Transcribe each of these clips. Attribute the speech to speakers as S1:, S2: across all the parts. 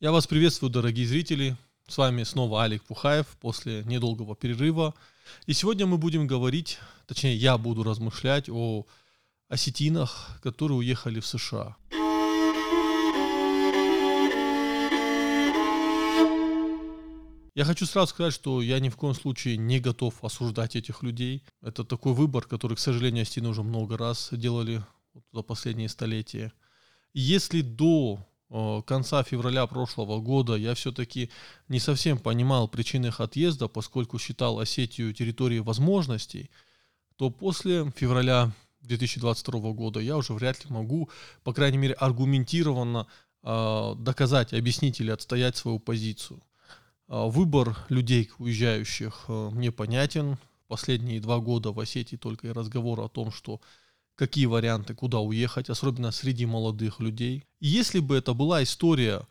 S1: Я вас приветствую, дорогие зрители. С вами снова Алик Пухаев после недолгого перерыва. И сегодня мы будем говорить, точнее я буду размышлять о осетинах, которые уехали в США. Я хочу сразу сказать, что я ни в коем случае не готов осуждать этих людей. Это такой выбор, который, к сожалению, осетины уже много раз делали за последние столетия. Если до конца февраля прошлого года я все-таки не совсем понимал причины их отъезда, поскольку считал Осетию территорией возможностей, то после февраля 2022 года я уже вряд ли могу, по крайней мере, аргументированно доказать, объяснить или отстоять свою позицию. Выбор людей, уезжающих, мне понятен. Последние 2 года в Осетии только и разговор о том, что какие варианты, куда уехать, особенно среди молодых людей. И если бы это была история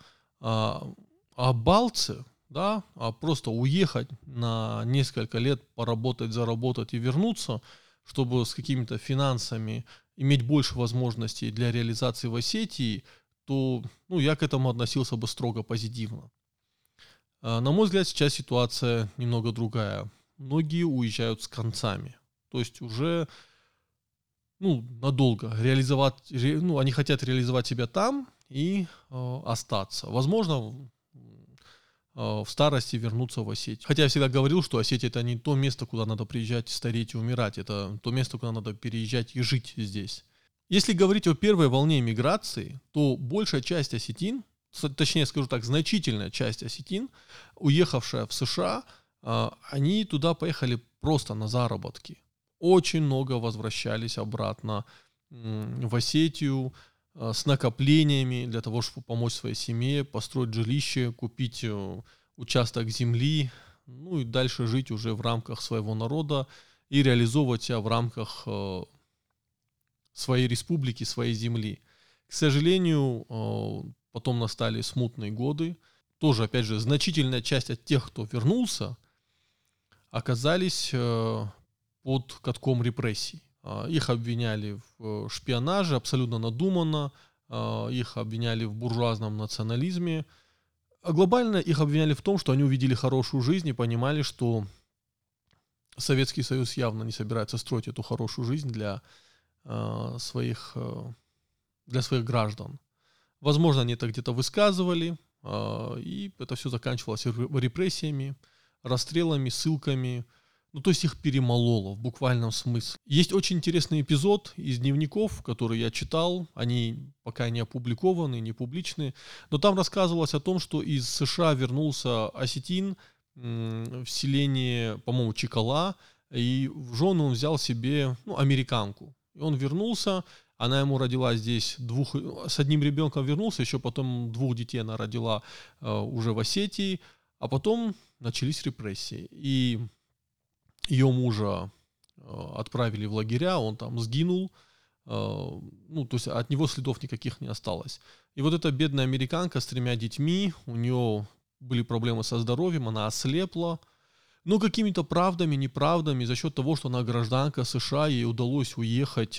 S1: о Балце, да, а просто уехать на несколько лет, поработать, заработать и вернуться, чтобы с какими-то финансами иметь больше возможностей для реализации в Осетии, то я к этому относился бы строго позитивно. На мой взгляд, сейчас ситуация немного другая. Многие уезжают с концами. То есть уже надолго они хотят реализовать себя там и остаться. Возможно, в старости вернуться в Осетию. Хотя я всегда говорил, что Осетия — это не то место, куда надо приезжать, стареть и умирать. Это то место, куда надо переезжать и жить здесь. Если говорить о первой волне миграции, то большая часть осетин, точнее скажу так, значительная часть осетин, уехавшая в США, они туда поехали просто на заработки. Очень много возвращались обратно в Осетию с накоплениями для того, чтобы помочь своей семье, построить жилище, купить участок земли, и дальше жить уже в рамках своего народа и реализовывать себя в рамках своей республики, своей земли. К сожалению, потом настали смутные годы. Тоже, опять же, значительная часть от тех, кто вернулся, оказались под катком репрессий. Их обвиняли в шпионаже абсолютно надуманно, их обвиняли в буржуазном национализме. А глобально их обвиняли в том, что они увидели хорошую жизнь и понимали, что Советский Союз явно не собирается строить эту хорошую жизнь для своих граждан. Возможно, они это где-то высказывали, и это все заканчивалось репрессиями, расстрелами, ссылками. То есть их перемололо в буквальном смысле. Есть очень интересный эпизод из дневников, который я читал. Они пока не опубликованы, не публичны. Но там рассказывалось о том, что из США вернулся осетин в селение, по-моему, Чикала. И в жену он взял себе американку. И он вернулся. Она ему родила здесь с одним ребенком вернулся. Еще потом 2 детей она родила уже в Осетии. А потом начались репрессии. И ее мужа отправили в лагеря, он там сгинул, то есть от него следов никаких не осталось. И вот эта бедная американка с 3 детьми, у нее были проблемы со здоровьем, она ослепла, но какими-то правдами, неправдами, за счет того, что она гражданка США, ей удалось уехать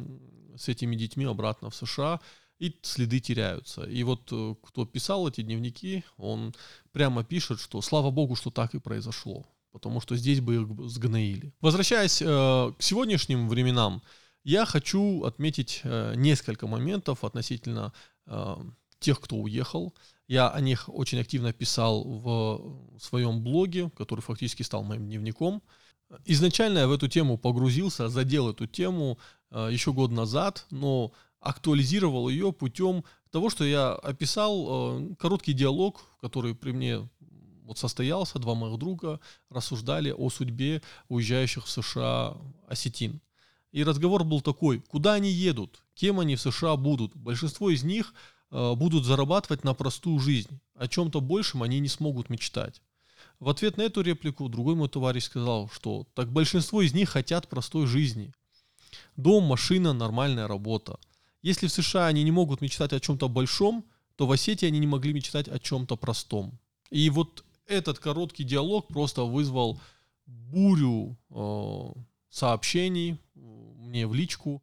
S1: с этими детьми обратно в США, и следы теряются. И вот кто писал эти дневники, он прямо пишет, что слава богу, что так и произошло. Потому что здесь бы их сгноили. Возвращаясь к сегодняшним временам, я хочу отметить несколько моментов относительно тех, кто уехал. Я о них очень активно писал в своем блоге, который фактически стал моим дневником. Изначально я в эту тему погрузился, задел эту тему еще год назад, но актуализировал ее путем того, что я описал короткий диалог, который при мне состоялся. 2 моих друга рассуждали о судьбе уезжающих в США осетин. И разговор был такой: куда они едут, кем они в США будут. Большинство из них будут зарабатывать на простую жизнь. О чем-то большем они не смогут мечтать. В ответ на эту реплику другой мой товарищ сказал, что так большинство из них хотят простой жизни. Дом, машина, нормальная работа. Если в США они не могут мечтать о чем-то большом, то в Осетии они не могли мечтать о чем-то простом. И вот этот короткий диалог просто вызвал бурю сообщений мне в личку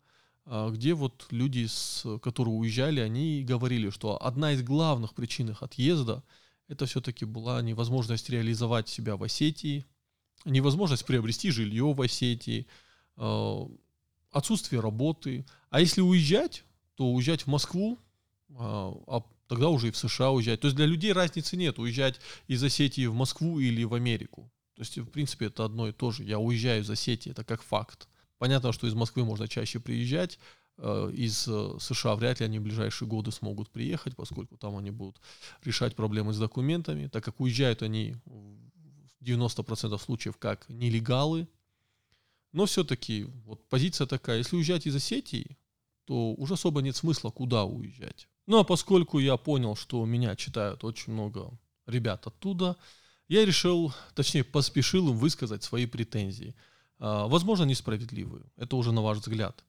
S1: где вот люди, которые уезжали, они говорили, что одна из главных причин их отъезда это все-таки была невозможность реализовать себя в Осетии, невозможность приобрести жилье в Осетии, э, отсутствие работы. А если уезжать, то уезжать в Москву, а тогда уже и в США уезжать. То есть для людей разницы нет, уезжать из Осетии в Москву или в Америку. То есть, в принципе, это одно и то же. Я уезжаю из Осетии, это как факт. Понятно, что из Москвы можно чаще приезжать, из США вряд ли они в ближайшие годы смогут приехать, поскольку там они будут решать проблемы с документами, так как уезжают они в 90% случаев как нелегалы. Но все-таки вот позиция такая, если уезжать из Осетии, то уже особо нет смысла, куда уезжать. Ну а поскольку я понял, что меня читают очень много ребят оттуда, я решил, точнее поспешил им высказать свои претензии. Возможно, несправедливые, это уже на ваш взгляд.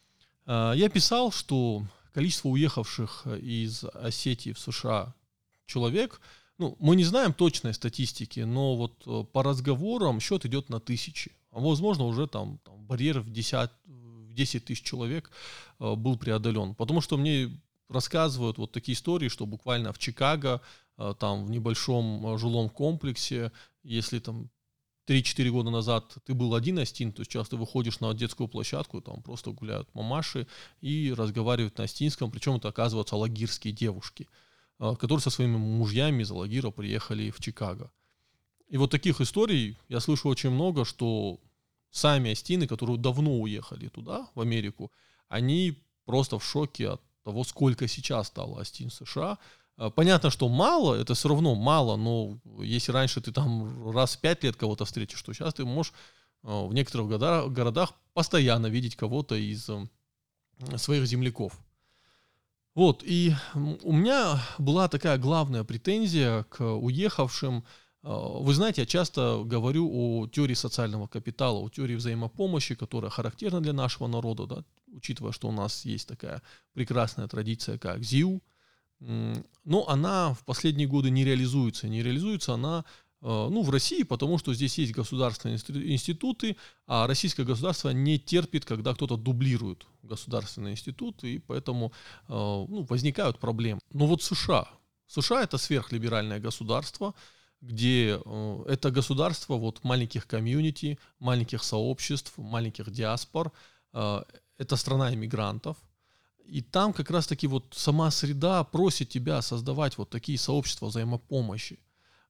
S1: Я писал, что количество уехавших из Осетии в США человек, ну, мы не знаем точной статистики, но вот по разговорам счет идет на тысячи. А возможно, уже там барьер в 10 тысяч человек был преодолен. Потому что мне рассказывают вот такие истории, что буквально в Чикаго, там в небольшом жилом комплексе, если там 3-4 года назад ты был один астин, то сейчас ты выходишь на детскую площадку, там просто гуляют мамаши и разговаривают на астинском, причем это оказываются лагирские девушки, которые со своими мужьями из Алагира приехали в Чикаго. И вот таких историй я слышу очень много, что сами астины, которые давно уехали туда, в Америку, они просто в шоке от того, сколько сейчас стало астин в США. Понятно, что мало, это все равно мало, но если раньше ты там раз в 5 лет кого-то встретишь, то сейчас ты можешь в некоторых городах постоянно видеть кого-то из своих земляков. Вот, и у меня была такая главная претензия к уехавшим. Вы знаете, я часто говорю о теории социального капитала, о теории взаимопомощи, которая характерна для нашего народа, да, учитывая, что у нас есть такая прекрасная традиция, как ЗИУ. Но она в последние годы не реализуется. Не реализуется она в России, потому что здесь есть государственные институты, а российское государство не терпит, когда кто-то дублирует государственные институты, и поэтому возникают проблемы. Но вот США. США — это сверхлиберальное государство, где это государство вот маленьких комьюнити, маленьких сообществ, маленьких диаспор. Это страна иммигрантов. И там как раз-таки вот сама среда просит тебя создавать вот такие сообщества взаимопомощи.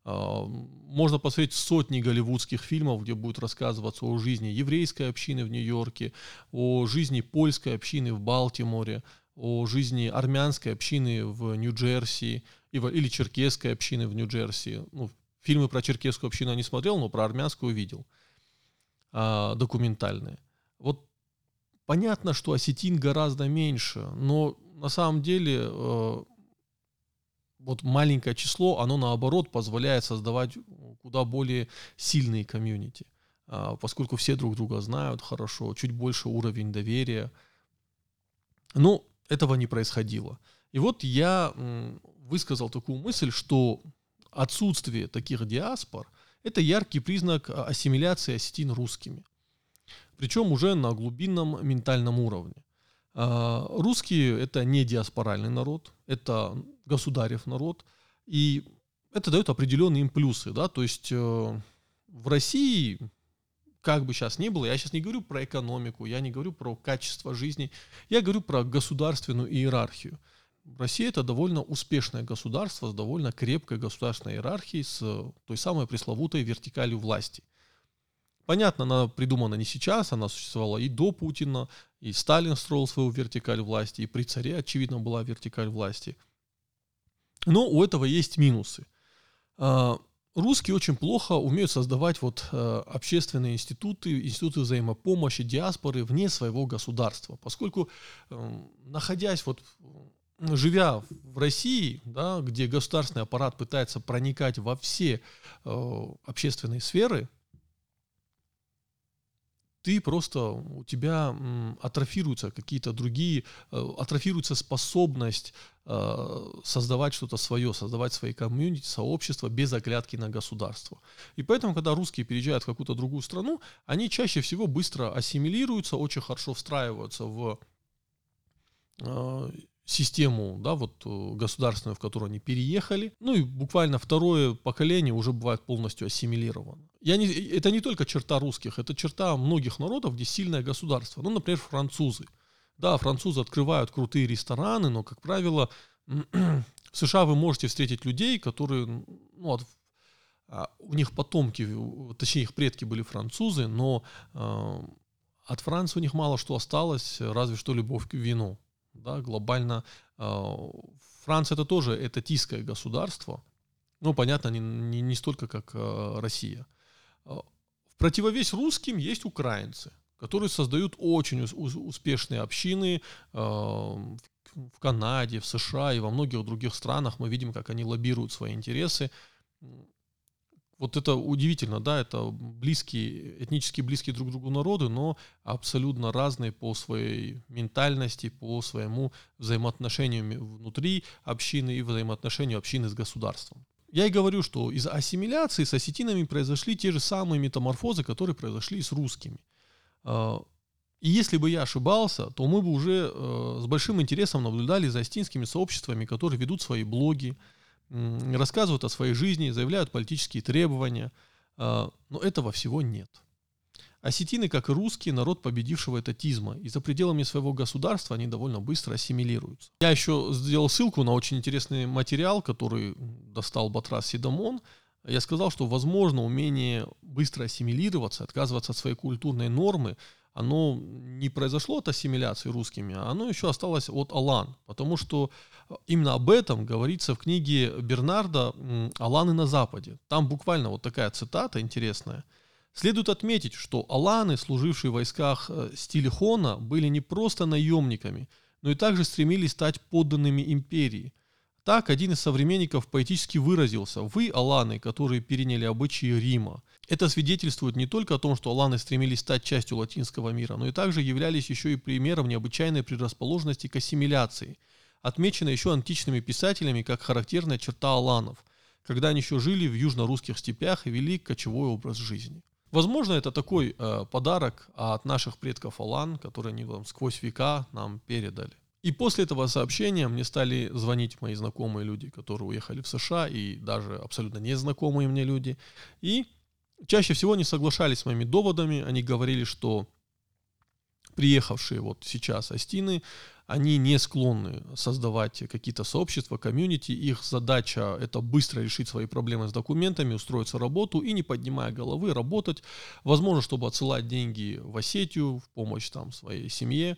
S1: Можно посмотреть сотни голливудских фильмов, где будет рассказываться о жизни еврейской общины в Нью-Йорке, о жизни польской общины в Балтиморе, о жизни армянской общины в Нью-Джерси или черкесской общины в Нью-Джерси. Фильмы про черкесскую общину я не смотрел, но про армянскую видел. Документальные. Вот понятно, что осетин гораздо меньше, но на самом деле вот маленькое число, оно наоборот позволяет создавать куда более сильные комьюнити, поскольку все друг друга знают хорошо, чуть больше уровень доверия. Но этого не происходило. И вот я высказал такую мысль, что отсутствие таких диаспор – это яркий признак ассимиляции осетин русскими. Причем уже на глубинном ментальном уровне. Русские – это не диаспоральный народ, это государев народ, и это дает определенные им плюсы. Да? То есть в России, как бы сейчас ни было, я сейчас не говорю про экономику, я не говорю про качество жизни, я говорю про государственную иерархию. Россия – это довольно успешное государство с довольно крепкой государственной иерархией, с той самой пресловутой вертикалью власти. Понятно, она придумана не сейчас, она существовала и до Путина, и Сталин строил свою вертикаль власти, и при царе, очевидно, была вертикаль власти. Но у этого есть минусы. Русские очень плохо умеют создавать вот общественные институты взаимопомощи, диаспоры вне своего государства, поскольку, находясь живя в России, да, где государственный аппарат пытается проникать во все общественные сферы, у тебя атрофируются какие-то другие, атрофируется способность создавать что-то свое, создавать свои комьюнити, сообщества без оглядки на государство. И поэтому, когда русские переезжают в какую-то другую страну, они чаще всего быстро ассимилируются, очень хорошо встраиваются в э, систему, да, вот государственную, в которую они переехали. Ну и буквально второе поколение уже бывает полностью ассимилировано. Это не только черта русских, это черта многих народов, где сильное государство. Ну, например, французы. Да, французы открывают крутые рестораны, но, как правило, в США вы можете встретить людей, которые, ну, у них потомки, точнее, их предки были французы, но от Франции у них мало что осталось, разве что любовь к вину. Да, глобально Франция это тоже этатистское государство, но, понятно, не столько, как Россия. В противовес русским есть украинцы, которые создают очень успешные общины в Канаде, в США и во многих других странах. Мы видим, как они лоббируют свои интересы. Вот это удивительно, да, это этнически близкие друг другу народы, но абсолютно разные по своей ментальности, по своему взаимоотношению внутри общины и взаимоотношению общины с государством. Я и говорю, что из ассимиляции с осетинами произошли те же самые метаморфозы, которые произошли и с русскими. И если бы я ошибался, то мы бы уже с большим интересом наблюдали за осетинскими сообществами, которые ведут свои блоги, рассказывают о своей жизни, заявляют политические требования, но этого всего нет. Осетины, как и русские, народ победившего этатизма, и за пределами своего государства они довольно быстро ассимилируются. Я еще сделал ссылку на очень интересный материал, который достал Батрас Сидамон. Я сказал, что, возможно, умение быстро ассимилироваться, отказываться от своей культурной нормы, оно не произошло от ассимиляции русскими, а оно еще осталось от Алан, потому что именно об этом говорится в книге Бернарда «Аланы на Западе». Там буквально вот такая цитата интересная. Следует отметить, что аланы, служившие в войсках Стилихона, были не просто наемниками, но и также стремились стать подданными империи. Так, один из современников поэтически выразился: «Вы, аланы, которые переняли обычаи Рима». Это свидетельствует не только о том, что аланы стремились стать частью латинского мира, но и также являлись еще и примером необычайной предрасположенности к ассимиляции, отмеченной еще античными писателями как характерная черта аланов, когда они еще жили в южно-русских степях и вели кочевой образ жизни. Возможно, это такой подарок от наших предков алан, который они сквозь века нам передали. И после этого сообщения мне стали звонить мои знакомые люди, которые уехали в США, и даже абсолютно незнакомые мне люди. И чаще всего не соглашались с моими доводами. Они говорили, что приехавшие вот сейчас осетины, они не склонны создавать какие-то сообщества, комьюнити. Их задача — это быстро решить свои проблемы с документами, устроиться на работу и, не поднимая головы, работать. Возможно, чтобы отсылать деньги в Осетию, в помощь там своей семье,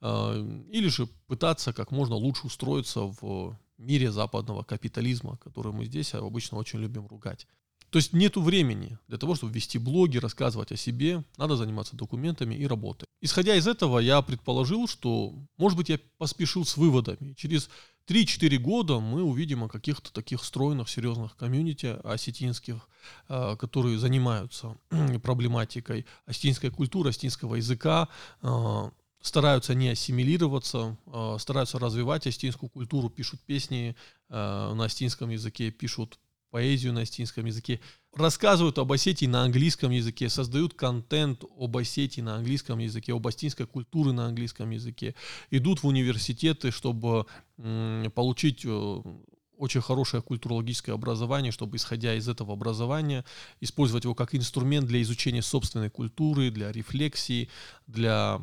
S1: или же пытаться как можно лучше устроиться в мире западного капитализма, который мы здесь обычно очень любим ругать. То есть нету времени для того, чтобы вести блоги, рассказывать о себе, надо заниматься документами и работой. Исходя из этого, я предположил, что, может быть, я поспешил с выводами. Через 3-4 года мы увидим о каких-то таких стройных, серьезных комьюнити осетинских, которые занимаются проблематикой осетинской культуры, осетинского языка, стараются не ассимилироваться, стараются развивать осетинскую культуру, пишут песни на осетинском языке, пишут поэзию на осетинском языке, рассказывают об Осетии на английском языке, создают контент об Осетии на английском языке, об осетинской культуре на английском языке, идут в университеты, чтобы получить очень хорошее культурологическое образование, чтобы, исходя из этого образования, использовать его как инструмент для изучения собственной культуры, для рефлексии, для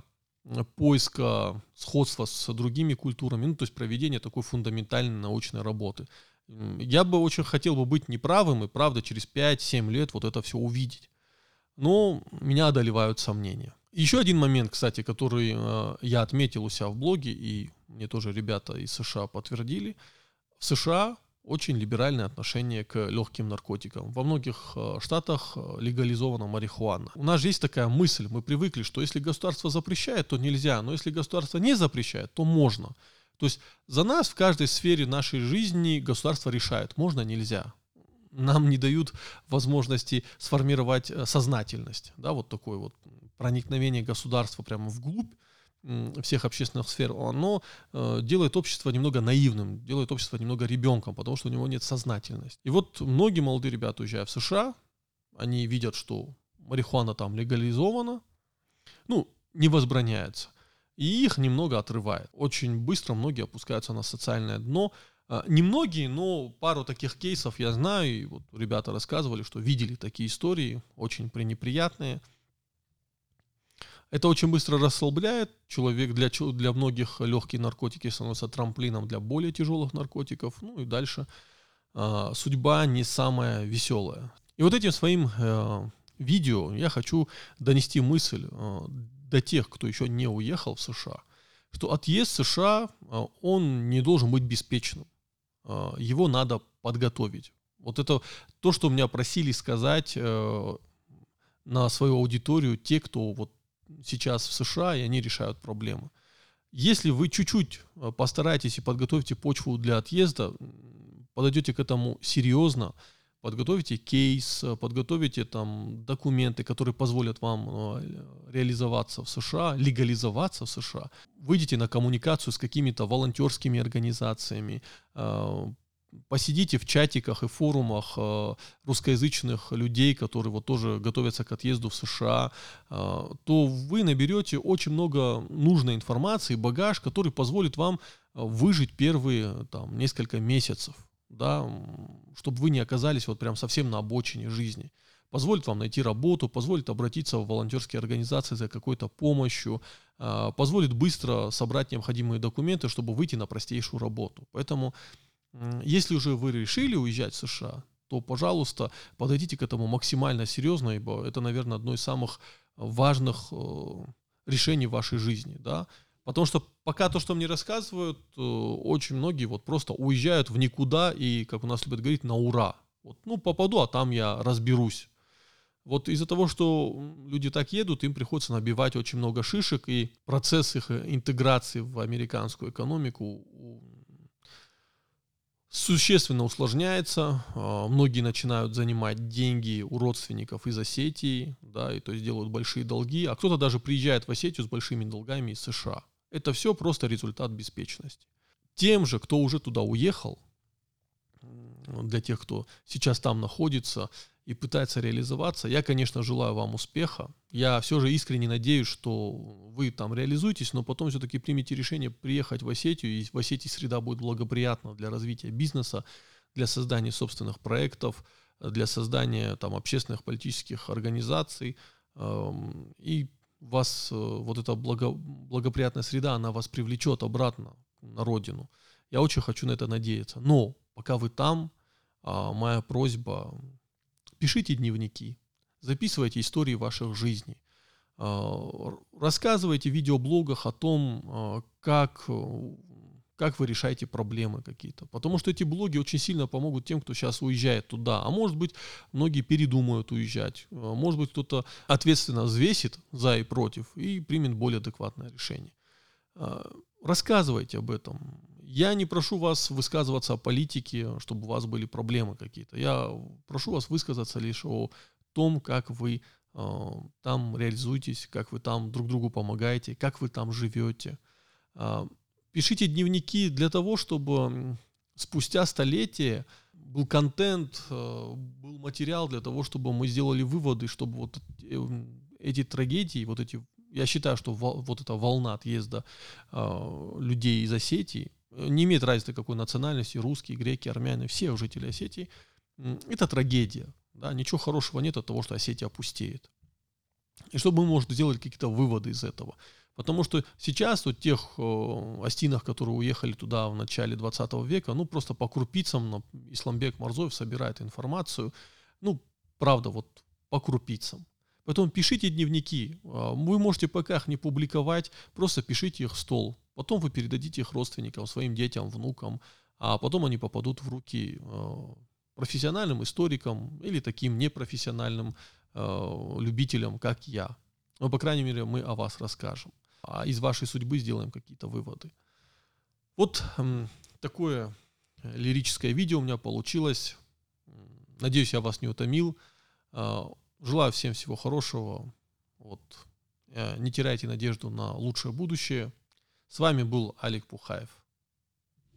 S1: поиска сходства с другими культурами, ну, то есть проведения такой фундаментальной научной работы. Я бы очень хотел бы быть неправым и, правда, через 5-7 лет вот это все увидеть. Но меня одолевают сомнения. Еще один момент, кстати, который я отметил у себя в блоге, и мне тоже ребята из США подтвердили. В США очень либеральное отношение к легким наркотикам. Во многих штатах легализована марихуана. У нас же есть такая мысль, мы привыкли, что если государство запрещает, то нельзя, но если государство не запрещает, то можно. То есть за нас в каждой сфере нашей жизни государство решает, можно, нельзя. Нам не дают возможности сформировать сознательность, да, вот такое вот проникновение государства прямо вглубь всех общественных сфер, оно делает общество немного наивным, делает общество немного ребенком, потому что у него нет сознательности. И вот многие молодые ребята, уезжая в США, они видят, что марихуана там легализована, ну, не возбраняется. и их немного отрывает. Очень быстро многие опускаются на социальное дно. Не многие, но пару таких кейсов я знаю, и вот ребята рассказывали, что видели такие истории, очень пренеприятные. Это очень быстро расслабляет. Человек для многих легкие наркотики становятся трамплином для более тяжелых наркотиков. Ну и дальше судьба не самая веселая. И вот этим своим видео я хочу донести мысль до тех, кто еще не уехал в США, что отъезд в США, он не должен быть беспечным. Его надо подготовить. Вот это то, что меня просили сказать на свою аудиторию те, кто вот сейчас в США, и они решают проблемы. Если вы чуть-чуть постараетесь и подготовите почву для отъезда, подойдете к этому серьезно, подготовите кейс, подготовите там документы, которые позволят вам реализоваться в США, легализоваться в США, выйдете на коммуникацию с какими-то волонтерскими организациями, посидите в чатиках и форумах русскоязычных людей, которые вот тоже готовятся к отъезду в США, то вы наберете очень много нужной информации, багаж, который позволит вам выжить первые там несколько месяцев, да, чтобы вы не оказались вот прям совсем на обочине жизни. Позволит вам найти работу, позволит обратиться в волонтерские организации за какой-то помощью, позволит быстро собрать необходимые документы, чтобы выйти на простейшую работу. Поэтому если уже вы решили уезжать в США, то, пожалуйста, подойдите к этому максимально серьезно, ибо это, наверное, одно из самых важных решений в вашей жизни, да. Потому что пока то, что мне рассказывают, очень многие вот просто уезжают в никуда и, как у нас любят говорить, на ура. Вот, ну, попаду, а там я разберусь. Вот из-за того, что люди так едут, им приходится набивать очень много шишек, и процесс их интеграции в американскую экономику существенно усложняется. Многие начинают занимать деньги у родственников из Осетии, да, и то есть делают большие долги, а кто-то даже приезжает в Осетию с большими долгами из США. Это все просто результат беспечности. Тем же, кто уже туда уехал, для тех, кто сейчас там находится и пытается реализоваться, я, конечно, желаю вам успеха. Я все же искренне надеюсь, что вы там реализуетесь, но потом все-таки примите решение приехать в Осетию, и в Осетии среда будет благоприятна для развития бизнеса, для создания собственных проектов, для создания там общественных политических организаций, и вас вот эта благоприятная среда, она вас привлечет обратно на родину. Я очень хочу на это надеяться. Но пока вы там, моя просьба: пишите дневники, записывайте истории ваших жизней, рассказывайте в видеоблогах о том, как вы решаете проблемы какие-то. Потому что эти блоги очень сильно помогут тем, кто сейчас уезжает туда. А может быть, многие передумают уезжать. Может быть, кто-то ответственно взвесит за и против и примет более адекватное решение. Рассказывайте об этом. Я не прошу вас высказываться о политике, чтобы у вас были проблемы какие-то. Я прошу вас высказаться лишь о том, как вы там реализуетесь, как вы там друг другу помогаете, как вы там живете. Пишите дневники для того, чтобы спустя столетия был контент, был материал для того, чтобы мы сделали выводы, чтобы вот эти трагедии, вот эти, я считаю, что вот эта волна отъезда людей из Осетии, не имеет разницы какой национальности, русские, греки, армяне, все жители Осетии, это трагедия. Да, ничего хорошего нет от того, что Осетия опустеет. И чтобы мы, может, сделали какие-то выводы из этого. Потому что сейчас вот тех остинах, которые уехали туда в начале 20 века, ну, просто по крупицам Исламбек Марзоев собирает информацию, ну, правда, вот по крупицам. Поэтому пишите дневники. Вы можете пока их не публиковать, просто пишите их в стол. Потом вы передадите их родственникам, своим детям, внукам, а потом они попадут в руки профессиональным историкам или таким непрофессиональным любителям, как я. Но, по крайней мере, мы о вас расскажем. А из вашей судьбы сделаем какие-то выводы. Вот такое лирическое видео у меня получилось. Надеюсь, я вас не утомил. Желаю всем всего хорошего. Вот. Не теряйте надежду на лучшее будущее. С вами был Олег Пухаев.